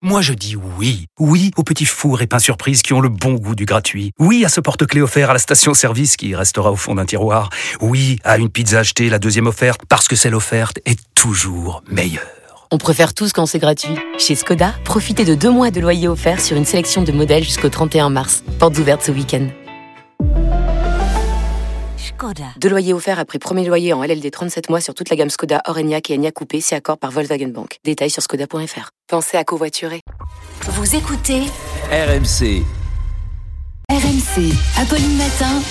Moi je dis oui. Oui aux petits fours et pains surprises qui ont le bon goût du gratuit. Oui à ce porte-clés offert à la station-service qui restera au fond d'un tiroir. Oui à une pizza achetée, la deuxième offerte, parce que celle offerte est toujours meilleure. On préfère tous quand c'est gratuit. Chez Skoda, profitez de 2 mois de loyer offert sur une sélection de modèles jusqu'au 31 mars. Portes ouvertes ce week-end. 2 loyers offerts après premier loyer en LLD 37 mois sur toute la gamme Skoda, Orenia et Enyaq Coupé, si accord par Volkswagen Bank. Détails sur skoda.fr. Pensez à covoiturer. Vous écoutez RMC. RMC, Apolline Matin.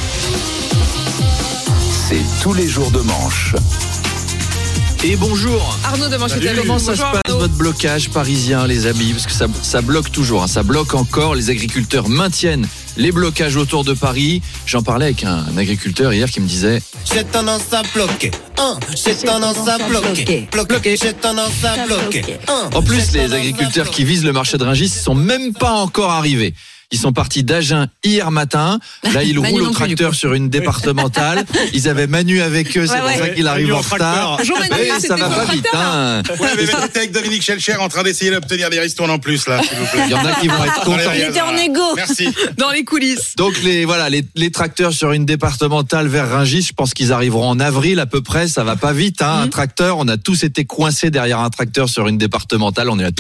C'est tous les jours de manche. Et bonjour Arnaud de Manchetel. Comment ça se passe votre blocage parisien les amis? Parce que ça bloque toujours, ça bloque encore. Les agriculteurs maintiennent les blocages autour de Paris. J'en parlais avec un agriculteur hier qui me disait: j'ai tendance à bloquer, j'ai tendance à bloquer, j'ai tendance à bloquer. En plus, les agriculteurs qui visent le marché de Rungis ne sont même pas encore arrivés. Ils sont partis d'Agen hier matin. Là, ils roulent au tracteur sur une départementale. Ils avaient Manu avec eux, c'est pour ça qu'il arrive en retard. Bonjour Manu, oui, ça va pas vite. Hein. Ouais, mais j'étais avec Dominique Schelcher en train d'essayer d'obtenir des ristournes en plus, là, s'il vous plaît. Il y en a qui vont être contents. Il était en égo. Merci. Dans les coulisses. Donc, les tracteurs sur une départementale vers Rungis, je pense qu'ils arriveront en avril à peu près. Ça va pas vite, hein. Un tracteur, on a tous été coincés derrière un tracteur sur une départementale. On est là.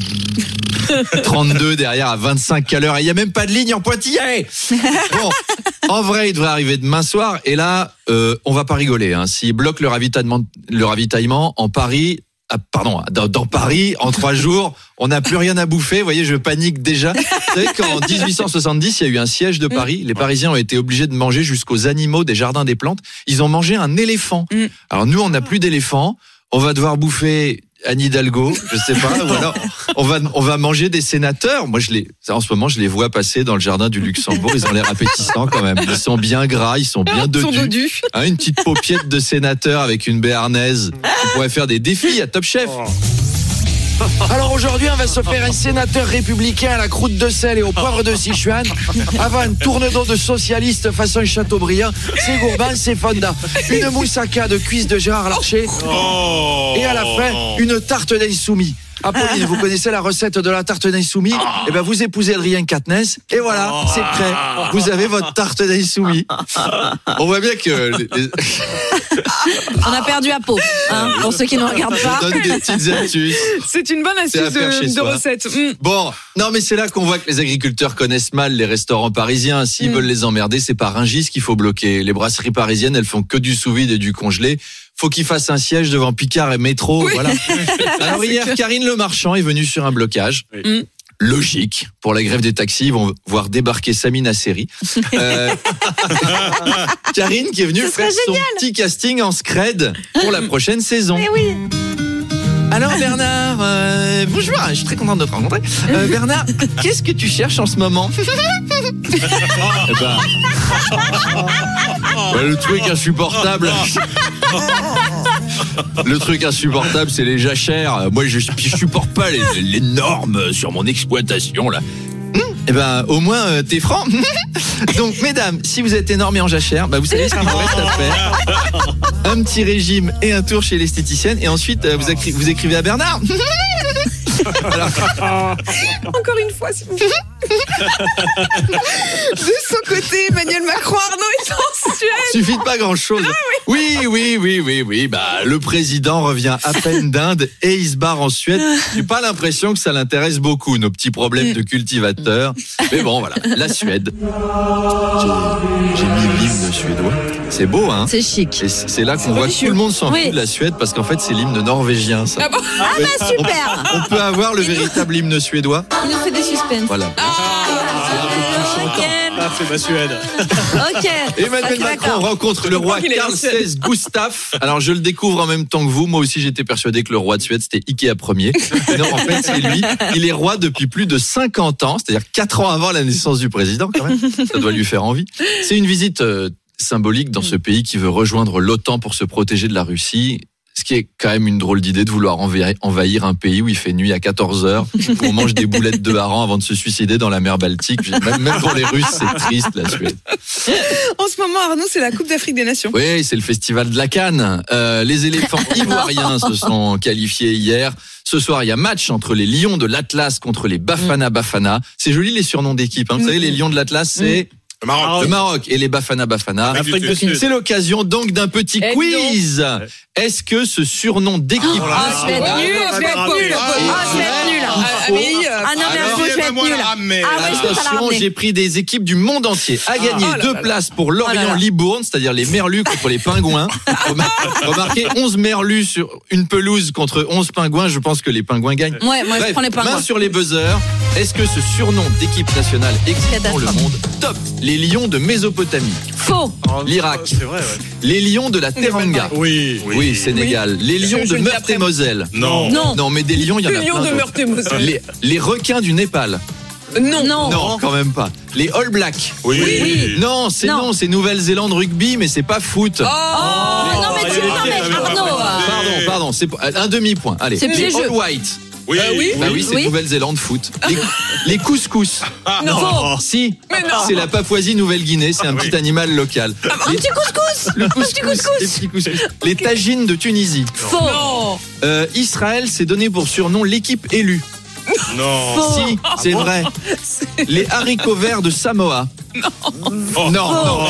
32 derrière à 25 à l'heure. Il n'y a même pas de ligne en pointillé. Bon, en vrai, il devrait arriver demain soir. Et là, on va pas rigoler. Hein. S'il bloque le ravitaillement en Paris, dans Paris, en 3 jours, on n'a plus rien à bouffer. Vous voyez, je panique déjà. Vous savez qu'en 1870, il y a eu un siège de Paris. Les Parisiens ont été obligés de manger jusqu'aux animaux des jardins des plantes. Ils ont mangé un éléphant. Alors nous, on n'a plus d'éléphant. On va devoir bouffer Anne Hidalgo, je sais pas, ou alors on va manger des sénateurs. Moi, en ce moment, je les vois passer dans le jardin du Luxembourg. Ils ont l'air appétissants quand même. Ils sont bien gras, ils sont bien dodus. Hein, une petite paupiette de sénateur avec une béarnaise. On pourrait faire des défis à Top Chef. Alors aujourd'hui, on va se faire un sénateur républicain à la croûte de sel et au poivre de Sichuan. Avant un tourne-dos de socialiste façon Chateaubriand. C'est gourmand, c'est fondant. Une moussaka de cuisses de Gérard Larcher. Et à la fin, une tarte d'insoumis. Apolline, vous connaissez la recette de la tarte d'insoumis? Eh ben, vous épousez Adrien Quatennens et voilà, c'est prêt. Vous avez votre tarte d'insoumis. On voit bien que on a perdu à peau, hein, pour ceux qui ne regardent pas. Je donne des petites astuces. C'est une bonne astuce de recette. Bon, non mais c'est là qu'on voit que les agriculteurs connaissent mal les restaurants parisiens. S'ils veulent les emmerder, c'est pas Rungis qu'il faut bloquer. Les brasseries parisiennes, elles font que du sous-vide et du congelé. Faut qu'ils fassent un siège devant Picard et Métro, oui. Voilà. Alors hier, Karine Le Marchand est venue sur un blocage. Logique. Pour la grève des taxis, ils vont voir débarquer Sami Nasseri. Karine qui est venue faire son petit casting en scred pour la prochaine saison. Eh oui. Alors Bernard, bonjour, je suis très content de te rencontrer. Bernard, qu'est-ce que tu cherches en ce moment? Le truc insupportable. Le truc insupportable, c'est les jachères. Moi, je supporte pas les normes sur mon exploitation là. Eh ben, au moins, t'es franc. Donc, mesdames, si vous êtes énorme et en jachère, vous savez ce qu'il vous reste à faire. Un petit régime et un tour chez l'esthéticienne. Et ensuite, vous écrivez à Bernard. Alors... Encore une fois, s'il vous plaît. De son côté, Emmanuel Macron, Arnaud est en Suède. Suffit de pas grand-chose. Ah, oui. Oui. Le président revient à peine d'Inde et il se barre en Suède. J'ai pas l'impression que ça l'intéresse beaucoup, nos petits problèmes de cultivateurs. Mais bon, voilà, la Suède. J'ai mis l'hymne suédois. C'est beau, hein? C'est chic. Et c'est là qu'on voit que tout le monde s'en fout de la Suède parce qu'en fait, c'est l'hymne norvégien, ça. Ah bon? Super. On peut avoir le véritable hymne suédois. Il nous fait des suspens. Voilà. C'est ma Suède. Ok. Emmanuel Macron rencontre le roi Carl XVI Gustaf. Alors je le découvre en même temps que vous. Moi aussi j'étais persuadé que le roi de Suède c'était Ikea Ier. Non, en fait c'est lui. Il est roi depuis plus de 50 ans, c'est-à-dire 4 ans avant la naissance du président quand même. Ça doit lui faire envie. C'est une visite symbolique dans ce pays qui veut rejoindre l'OTAN pour se protéger de la Russie. Ce qui est quand même une drôle d'idée de vouloir envahir un pays où il fait nuit à 14h, où on mange des boulettes de hareng avant de se suicider dans la mer Baltique. Même pour les Russes, c'est triste, la Suède. En ce moment, Arnaud, c'est la Coupe d'Afrique des Nations. Oui, c'est le festival de la Canne. Les éléphants ivoiriens se sont qualifiés hier. Ce soir, il y a match entre les lions de l'Atlas contre les Bafana Bafana. C'est joli les surnoms d'équipe. Vous savez, les lions de l'Atlas, c'est... Le Maroc et les Bafana Bafana. C'est l'occasion donc d'un petit quiz. Est-ce que ce surnom d'équipe... je vais être nul. Je vais être nul. Attention, j'ai pris des équipes du monde entier. A gagné 2 places pour Lorient-Libourne, c'est-à-dire les Merlus contre les Pingouins. Remarquez, 11 Merlus sur une pelouse contre 11 Pingouins. Je pense que les Pingouins gagnent. Ouais, moi je prends les Pingouins. Main sur les buzzers. Est-ce que ce surnom d'équipe nationale existe dans le monde? Top. Les lions de Mésopotamie. Faux. L'Irak. C'est vrai, ouais. Les lions de la Teranga. Oui, Sénégal. Les lions de Meurthe-et-Moselle. Non. Mais des lions, il y en a plein. Les lions de d'autres. Meurthe-et-Moselle. Les requins du Népal. Non. Quand même pas. Les All Blacks. Oui. Non, c'est Nouvelle-Zélande rugby, mais c'est pas foot. Non, mais Arnaud. Pardon, c'est un demi-point. Allez, C'est les piégeux. All White. Oui. C'est Nouvelle-Zélande foot. Les couscous. Non. Si. Mais non. C'est la Papouasie-Nouvelle-Guinée, c'est un petit animal local. Un petit couscous. Le couscous. Les petits couscous. Les tagines de Tunisie. Faux. Non. Israël s'est donné pour surnom l'équipe élue. Non. Si, c'est vrai. Les haricots verts de Samoa. Non.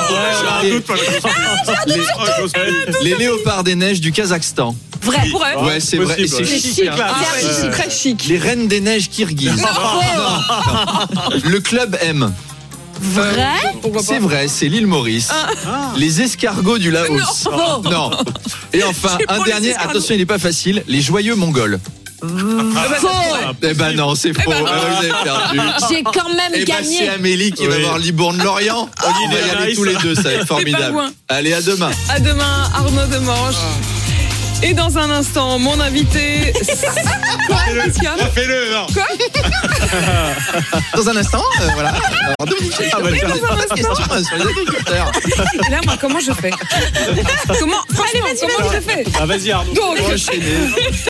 Les léopards des neiges du Kazakhstan. Vrai. Ouais, c'est vrai. Et c'est chic. C'est très chic. Les reines des neiges kirghizes. Non. Le club M. Vrai. C'est vrai, c'est l'île Maurice. Les escargots du Laos. Non. Et enfin, un dernier, attention, il n'est pas facile, les joyeux mongols. Faux. Eh ben non, c'est faux. Vous avez perdu. J'ai quand même C'est gagné. Amélie qui va voir Libourne-Lorient. On va y aller tous les deux, ça va être formidable. loin. Allez, à demain. À demain, Arnaud Demange. Et dans un instant, mon invité. Quoi, Christian ? Fais-le, non. Dans un instant, voilà. Alors, Dominique, question sur les agriculteurs. Et là, moi, comment je fais ? Comment je fais ? Vas-y Arnaud. Donc, Enchaînez.